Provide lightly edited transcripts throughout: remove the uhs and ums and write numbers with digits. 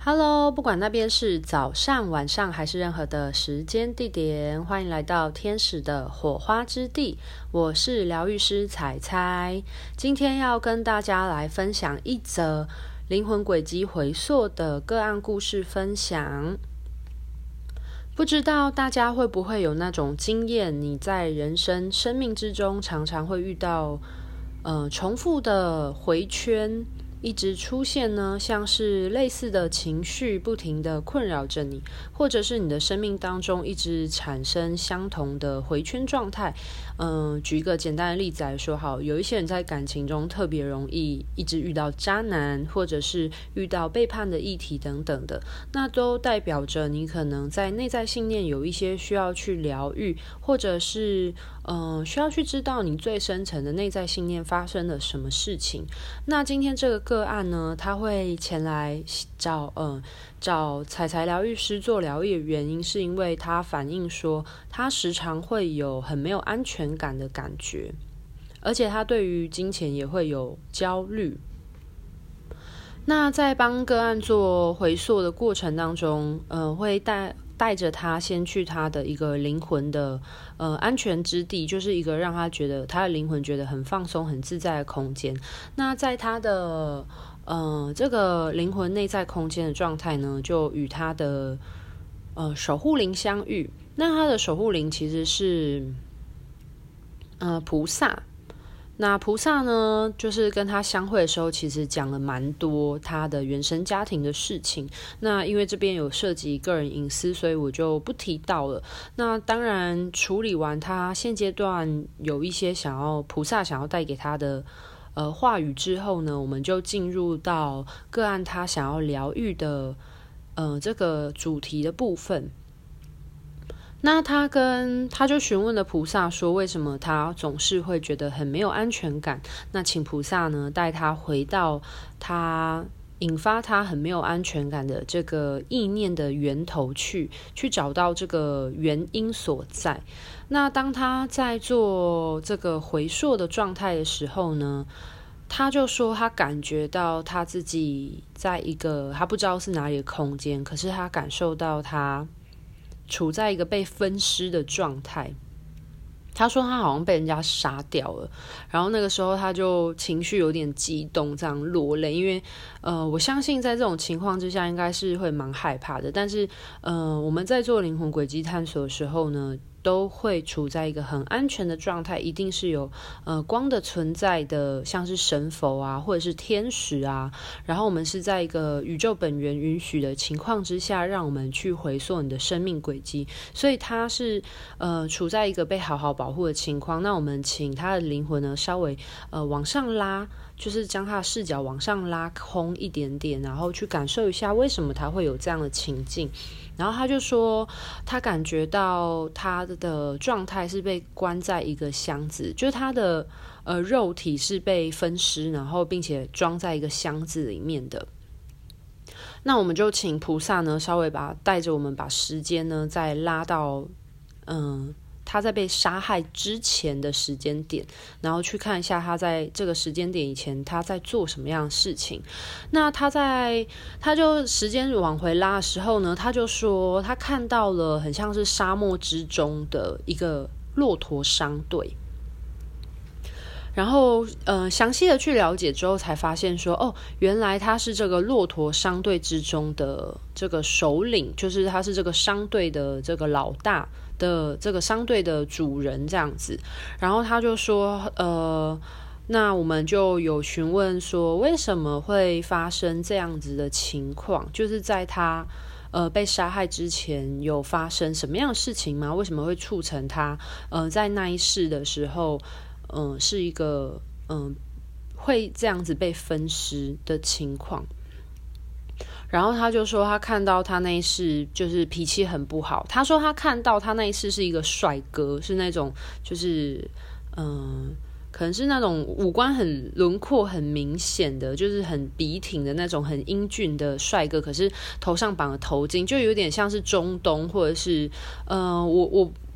Hello， 不管那边是早上、晚上还是任何的时间地点，欢迎来到天使的火花之地。我是疗愈师彩彩，今天要跟大家来分享一则灵魂轨迹回溯的个案故事分享。不知道大家会不会有那种经验，你在人生生命之中常常会遇到重复的回圈一直出现呢，像是类似的情绪不停的困扰着你，或者是你的生命当中一直产生相同的回圈状态。举一个简单的例子来说好，有一些人在感情中特别容易一直遇到渣男，或者是遇到背叛的议题等等的，那都代表着你可能在内在信念有一些需要去疗愈，或者是需要去知道你最深层的内在信念发生了什么事情。那今天这个个案呢，他会前来找彩彩疗愈师做疗愈的原因，是因为他反映说他时常会有很没有安全感的感觉，而且他对于金钱也会有焦虑。那在帮个案做回溯的过程当中，会带着他先去他的一个灵魂的安全之地，就是一个让他觉得他的灵魂觉得很放松很自在的空间。那在他的这个灵魂内在空间的状态呢，就与他的守护灵相遇。那他的守护灵其实是菩萨。那菩萨呢，就是跟他相会的时候，其实讲了蛮多他的原生家庭的事情。那因为这边有涉及个人隐私，所以我就不提到了。那当然，处理完他现阶段有一些菩萨想要带给他的话语之后呢，我们就进入到个案他想要疗愈的这个主题的部分。那他就询问了菩萨说，为什么他总是会觉得很没有安全感？那请菩萨呢带他回到他引发他很没有安全感的这个意念的源头去找到这个原因所在。那当他在做这个回溯的状态的时候呢，他就说他感觉到他自己在一个他不知道是哪里的空间，可是他感受到他处在一个被分尸的状态。他说他好像被人家杀掉了，然后那个时候他就情绪有点激动，这样落泪。因为我相信在这种情况之下应该是会蛮害怕的，但是我们在做灵魂轨迹探索的时候呢，都会处在一个很安全的状态，一定是有光的存在的，像是神佛啊，或者是天使啊，然后我们是在一个宇宙本源允许的情况之下，让我们去回溯你的生命轨迹，所以他是处在一个被好好保护的情况。那我们请他的灵魂呢稍微往上拉，就是将他的视角往上拉空一点点，然后去感受一下为什么他会有这样的情境。然后他就说他感觉到他的状态是被关在一个箱子，就是他的肉体是被分尸，然后并且装在一个箱子里面的。那我们就请菩萨呢稍微带着我们把时间呢再拉到他在被杀害之前的时间点，然后去看一下他在这个时间点以前他在做什么样的事情。那他就时间往回拉的时候呢，他就说他看到了很像是沙漠之中的一个骆驼商队。然后详细的去了解之后才发现说，原来他是这个骆驼商队之中的这个首领，就是他是这个商队的这个老大的这个商队的主人这样子。然后他就说那我们就有询问说为什么会发生这样子的情况，就是在他被杀害之前有发生什么样的事情吗？为什么会促成他在那一世的时候是一个会这样子被分尸的情况。然后他就说他看到他那一世就是脾气很不好，他说他看到他那一世是一个帅哥，是那种就是可能是那种五官很轮廓很明显的，就是很笔挺的那种很英俊的帅哥，可是头上绑了头巾，就有点像是中东或者是我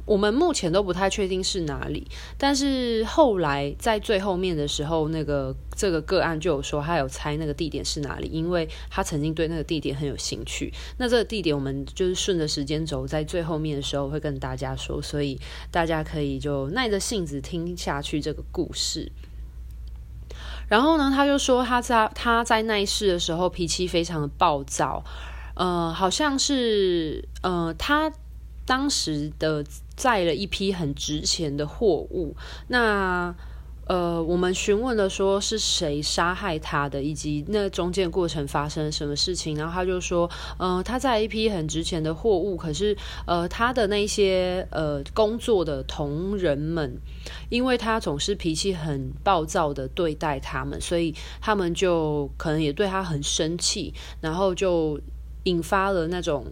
我们目前都不太确定是哪里，但是后来在最后面的时候，这个个案就有说他有猜那个地点是哪里，因为他曾经对那个地点很有兴趣。那这个地点我们就是顺着时间轴，在最后面的时候会跟大家说，所以大家可以就耐着性子听下去这个故事。然后呢，他就说他在那一世的时候脾气非常的暴躁，好像是他当时的载了一批很值钱的货物，那我们询问了说是谁杀害他的，以及那中间过程发生了什么事情，然后他就说他载了一批很值钱的货物，可是他的那些工作的同仁们，因为他总是脾气很暴躁的对待他们，所以他们就可能也对他很生气，然后就引发了那种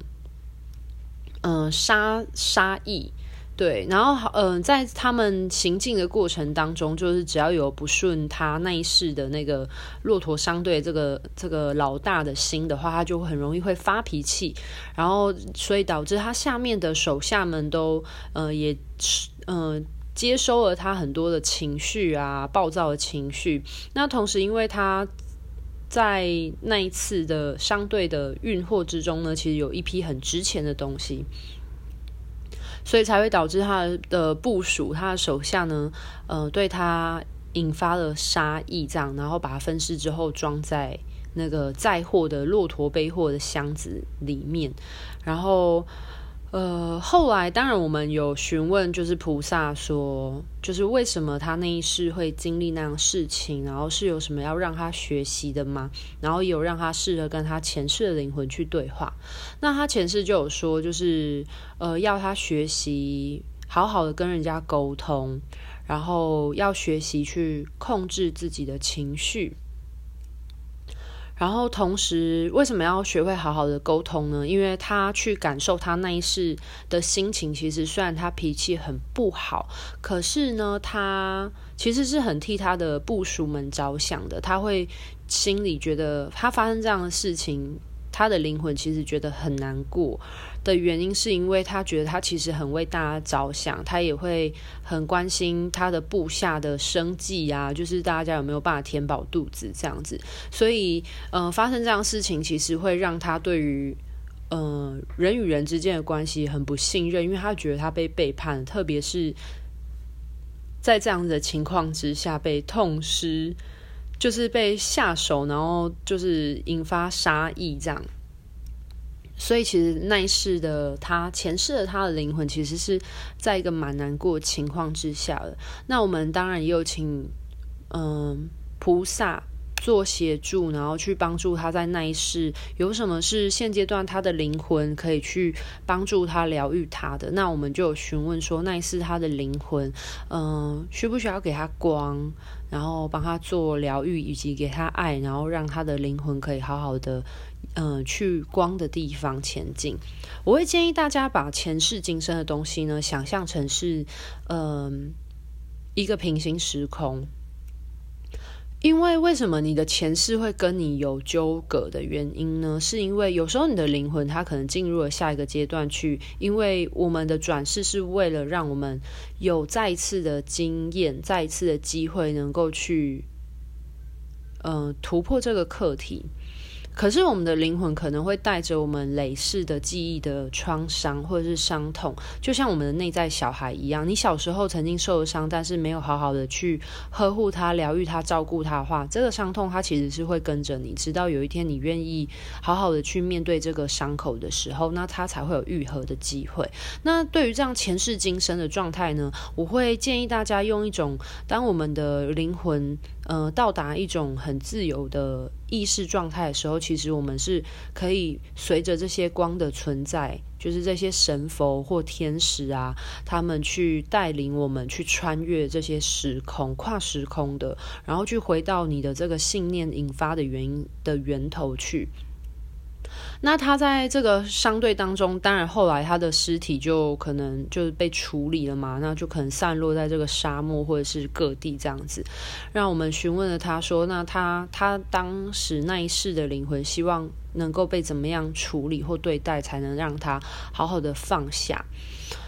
杀意。对，然后在他们行进的过程当中，就是只要有不顺他那一世的那个骆驼商队这个老大的心的话，他就很容易会发脾气，然后所以导致他下面的手下们都也接收了他很多的情绪啊，暴躁的情绪。那同时因为他在那一次的商队的运货之中呢，其实有一批很值钱的东西，所以才会导致他的部属，他的手下呢，对他引发了杀意，这样，然后把它分尸之后装在那个载货的骆驼背货的箱子里面，然后后来当然我们有询问，就是菩萨说，就是为什么他那一世会经历那样的事情，然后是有什么要让他学习的吗？然后也有让他试着跟他前世的灵魂去对话。那他前世就有说，就是要他学习好好的跟人家沟通，然后要学习去控制自己的情绪。然后同时为什么要学会好好的沟通呢？因为他去感受他那一世的心情，其实虽然他脾气很不好，可是呢他其实是很替他的部属们着想的，他会心里觉得他发生这样的事情，他的灵魂其实觉得很难过的原因，是因为他觉得他其实很为大家着想，他也会很关心他的部下的生计啊，就是大家有没有办法填饱肚子这样子。所以发生这样的事情，其实会让他对于人与人之间的关系很不信任，因为他觉得他被背叛，特别是在这样的情况之下被痛失，就是被下手，然后就是引发杀意这样。所以其实那一世的他，前世的他的灵魂其实是在一个蛮难过的情况之下的。那我们当然也有请菩萨做协助，然后去帮助他在那一世有什么是现阶段他的灵魂可以去帮助他疗愈他的。那我们就有询问说，那一世他的灵魂需不需要给他光，然后帮他做疗愈，以及给他爱，然后让他的灵魂可以好好的去光的地方前进。我会建议大家把前世今生的东西呢，想象成是一个平行时空。因为什么你的前世会跟你有纠葛的原因呢？是因为有时候你的灵魂它可能进入了下一个阶段去，因为我们的转世是为了让我们有再一次的经验，再一次的机会能够去突破这个课题。可是我们的灵魂可能会带着我们累世的记忆的创伤或者是伤痛，就像我们的内在小孩一样，你小时候曾经受了伤，但是没有好好的去呵护他、疗愈他、照顾他的话，这个伤痛它其实是会跟着你，直到有一天你愿意好好的去面对这个伤口的时候，那它才会有愈合的机会。那对于这样前世今生的状态呢，我会建议大家用一种，当我们的灵魂到达一种很自由的意识状态的时候，其实我们是可以随着这些光的存在，就是这些神佛或天使啊，他们去带领我们去穿越这些时空、跨时空的，然后去回到你的这个信念引发的原因的源头去。那他在这个商队当中，当然后来他的尸体就可能就被处理了嘛，那就可能散落在这个沙漠或者是各地这样子。让我们询问了他说，那他当时那一世的灵魂希望能够被怎么样处理或对待，才能让他好好的放下。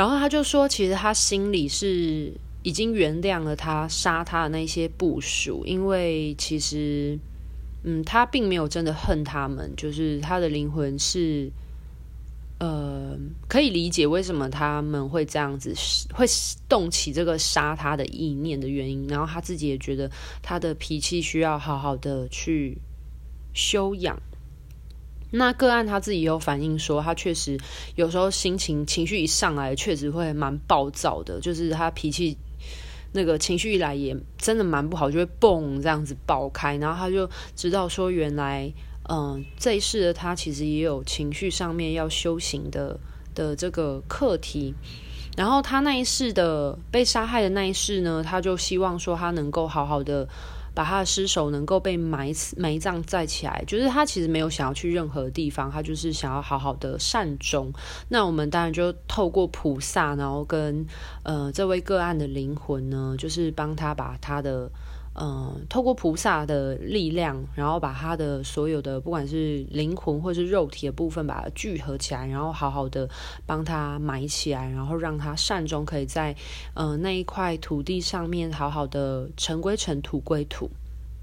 然后他就说，其实他心里是已经原谅了他杀他的那些部属，因为其实他并没有真的恨他们，就是他的灵魂是可以理解为什么他们会这样子，会动起这个杀他的意念的原因，然后他自己也觉得他的脾气需要好好的去修养。那个案他自己也有反映说，他确实有时候情绪一上来，确实会蛮暴躁的，就是他脾气那个情绪一来也真的蛮不好，就会蹦这样子爆开。然后他就知道说，原来这一世的他其实也有情绪上面要修行的这个课题。然后他那一世的被杀害的那一世呢，他就希望说他能够好好的把他的尸首能够被埋葬再起来，就是他其实没有想要去任何地方，他就是想要好好的善终。那我们当然就透过菩萨，然后跟这位个案的灵魂呢，就是帮他把他的透过菩萨的力量，然后把他的所有的不管是灵魂或是肉体的部分把它聚合起来，然后好好的帮他埋起来，然后让他善终可以在那一块土地上面好好的尘归尘，土归土。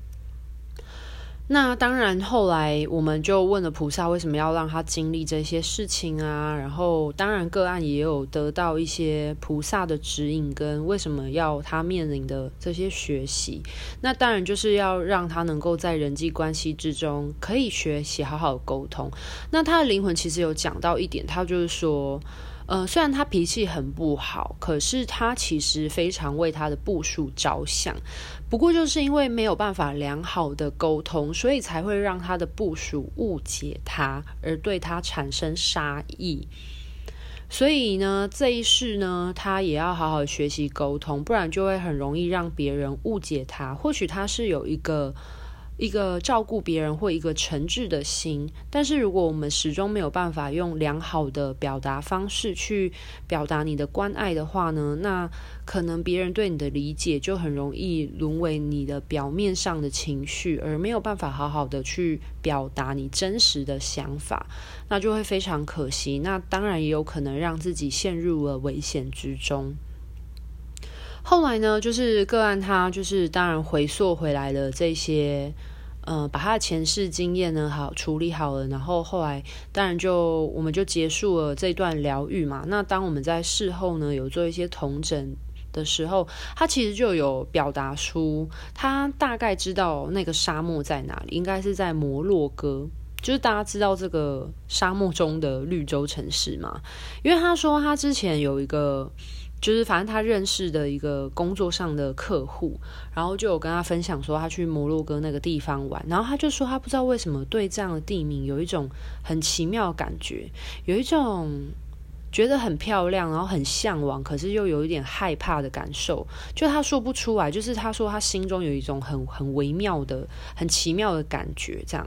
那当然后来我们就问了菩萨为什么要让他经历这些事情啊，然后当然个案也有得到一些菩萨的指引跟为什么要他面临的这些学习。那当然就是要让他能够在人际关系之中可以学习好好沟通。那他的灵魂其实有讲到一点，他就是说虽然他脾气很不好，可是他其实非常为他的部属着想。不过就是因为没有办法良好的沟通，所以才会让他的部属误解他，而对他产生杀意。所以呢，这一世呢，他也要好好学习沟通，不然就会很容易让别人误解他。或许他是有一个照顾别人或一个诚挚的心，但是如果我们始终没有办法用良好的表达方式去表达你的关爱的话呢，那可能别人对你的理解就很容易沦为你的表面上的情绪，而没有办法好好的去表达你真实的想法，那就会非常可惜。那当然也有可能让自己陷入了危险之中。后来呢，就是个案他就是当然回溯回来了这些把他的前世经验呢好处理好了，然后后来当然我们就结束了这段疗愈嘛。那当我们在事后呢有做一些统整的时候，他其实就有表达出他大概知道那个沙漠在哪里，应该是在摩洛哥，就是大家知道这个沙漠中的绿洲城市嘛。因为他说他之前有一个就是反正他认识的一个工作上的客户，然后就有跟他分享说他去摩洛哥那个地方玩，然后他就说他不知道为什么对这样的地名有一种很奇妙的感觉，有一种觉得很漂亮，然后很向往，可是又有一点害怕的感受，就他说不出来，就是他说他心中有一种很微妙的很奇妙的感觉这样。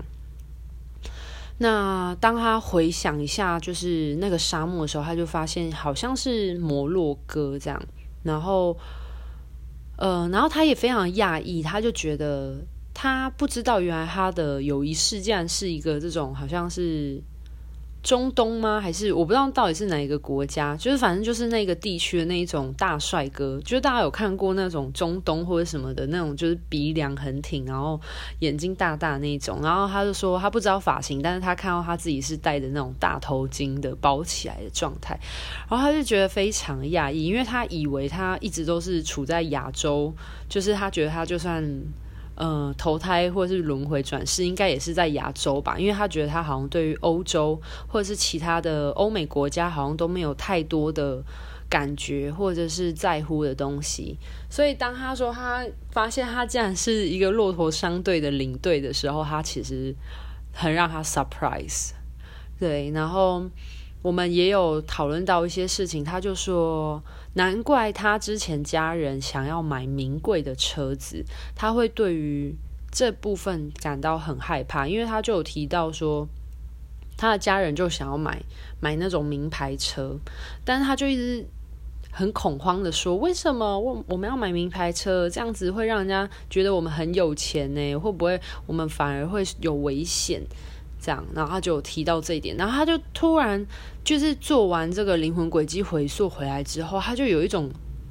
那当他回想一下就是那个沙漠的时候，他就发现好像是摩洛哥这样，然后他也非常讶异，他就觉得他不知道原来他的友谊事竟然是一个这种好像是中东吗？还是我不知道到底是哪一个国家，就是反正就是那个地区的那一种大帅哥，就是大家有看过那种中东或者什么的那种，就是鼻梁很挺，然后眼睛大大那种。然后他就说他不知道发型，但是他看到他自己是戴的那种大头巾的包起来的状态，然后他就觉得非常讶异，因为他以为他一直都是处在亚洲，就是他觉得他就算投胎或是轮回转世应该也是在亚洲吧，因为他觉得他好像对于欧洲或者是其他的欧美国家好像都没有太多的感觉或者是在乎的东西。所以当他说他发现他竟然是一个骆驼商队的领队的时候，他其实很让他 surprise。 对，然后我们也有讨论到一些事情，他就说难怪他之前家人想要买名贵的车子，他会对于这部分感到很害怕，因为他就有提到说他的家人就想要买那种名牌车，但是他就一直很恐慌的说，为什么我们要买名牌车？这样子会让人家觉得我们很有钱呢？会不会我们反而会有危险？ 这样，然后他就有提到这一点，然后他就突然就是做完这个灵魂轨迹回溯回来之后，他就有一种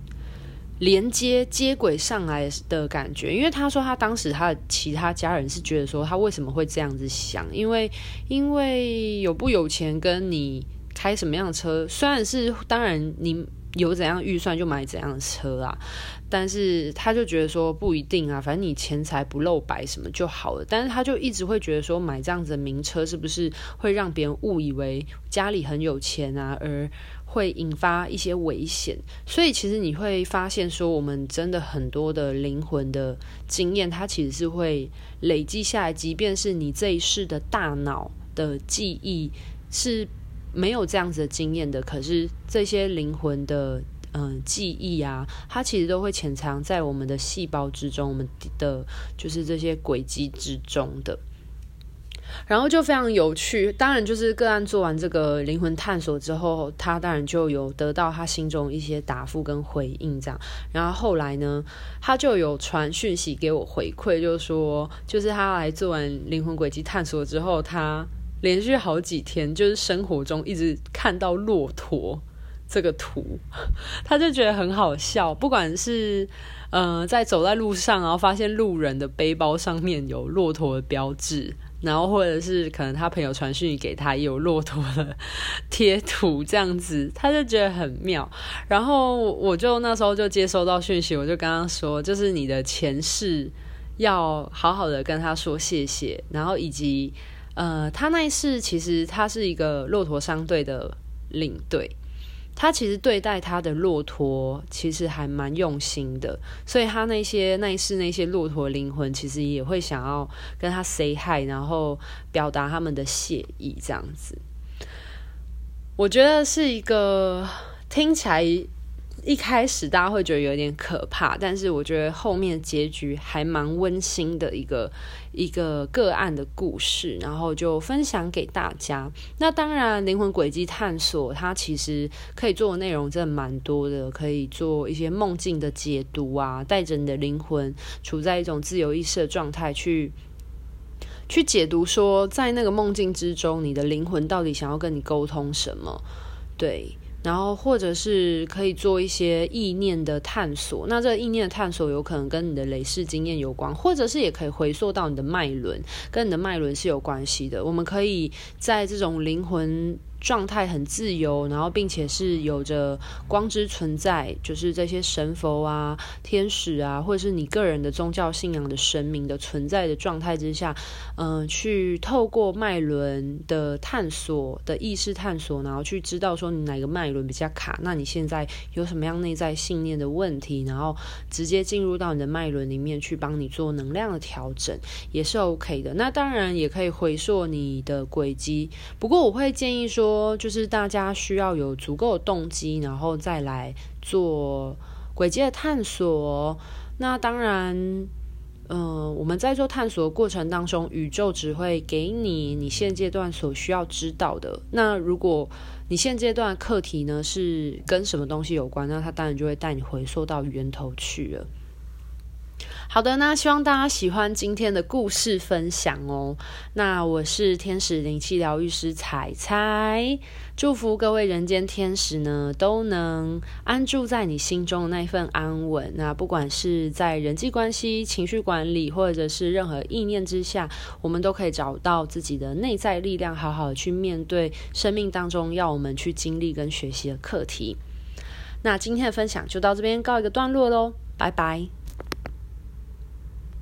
接轨上来的感觉，因为他说他当时他的其他家人是觉得说他为什么会这样子想，因为有不有钱跟你开什么样的车，虽然是当然你有怎样预算就买怎样的车啊，但是他就觉得说不一定啊，反正你钱财不露白什么就好了，但是他就一直会觉得说买这样子的名车是不是会让别人误以为家里很有钱啊，而会引发一些危险。所以其实你会发现说我们真的很多的灵魂的经验，它其实是会累积下来，即便是你这一世的大脑的记忆是没有这样子的经验的，可是这些灵魂的记忆啊，它其实都会潜藏在我们的细胞之中，我们的就是这些轨迹之中的。然后就非常有趣，当然就是个案做完这个灵魂探索之后，他当然就有得到他心中一些答复跟回应这样。然后后来呢，他就有传讯息给我回馈，就是说就是他来做完灵魂轨迹探索之后，他连续好几天就是生活中一直看到骆驼这个图，他就觉得很好笑，不管是在走在路上，然后发现路人的背包上面有骆驼的标志，然后或者是可能他朋友传讯给他也有骆驼的贴图这样子，他就觉得很妙。然后我就那时候就接收到讯息，我就跟他说，就是你的前世要好好的跟他说谢谢，然后以及他那一世其实他是一个骆驼商队的领队，他其实对待他的骆驼其实还蛮用心的，所以他那一世那些骆驼灵魂其实也会想要跟他 say hi， 然后表达他们的谢意这样子。我觉得是一个听起来一开始大家会觉得有点可怕，但是我觉得后面结局还蛮温馨的一个个案的故事，然后就分享给大家。那当然灵魂轨迹探索它其实可以做的内容真的蛮多的，可以做一些梦境的解读啊，带着你的灵魂处在一种自由意识的状态去解读说在那个梦境之中你的灵魂到底想要跟你沟通什么。对，然后或者是可以做一些意念的探索，那这个意念的探索有可能跟你的累世经验有关，或者是也可以回溯到你的脉轮，跟你的脉轮是有关系的。我们可以在这种灵魂状态很自由，然后并且是有着光之存在，就是这些神佛啊、天使啊，或者是你个人的宗教信仰的神明的存在的状态之下，去透过脉轮的探索的意识探索，然后去知道说你哪个脉轮比较卡，那你现在有什么样内在信念的问题，然后直接进入到你的脉轮里面去帮你做能量的调整，也是 OK 的。那当然也可以回溯你的轨迹，不过我会建议说就是大家需要有足够的动机，然后再来做轨迹的探索。那当然我们在做探索的过程当中，宇宙只会给你现阶段所需要知道的。那如果你现阶段的课题呢是跟什么东西有关，那它当然就会带你回溯到源头去了。好的，那希望大家喜欢今天的故事分享哦。那我是天使灵气疗愈师彩彩，祝福各位人间天使呢都能安住在你心中的那份安稳。那不管是在人际关系、情绪管理，或者是任何意念之下，我们都可以找到自己的内在力量，好好的去面对生命当中要我们去经历跟学习的课题。那今天的分享就到这边告一个段落咯，拜拜。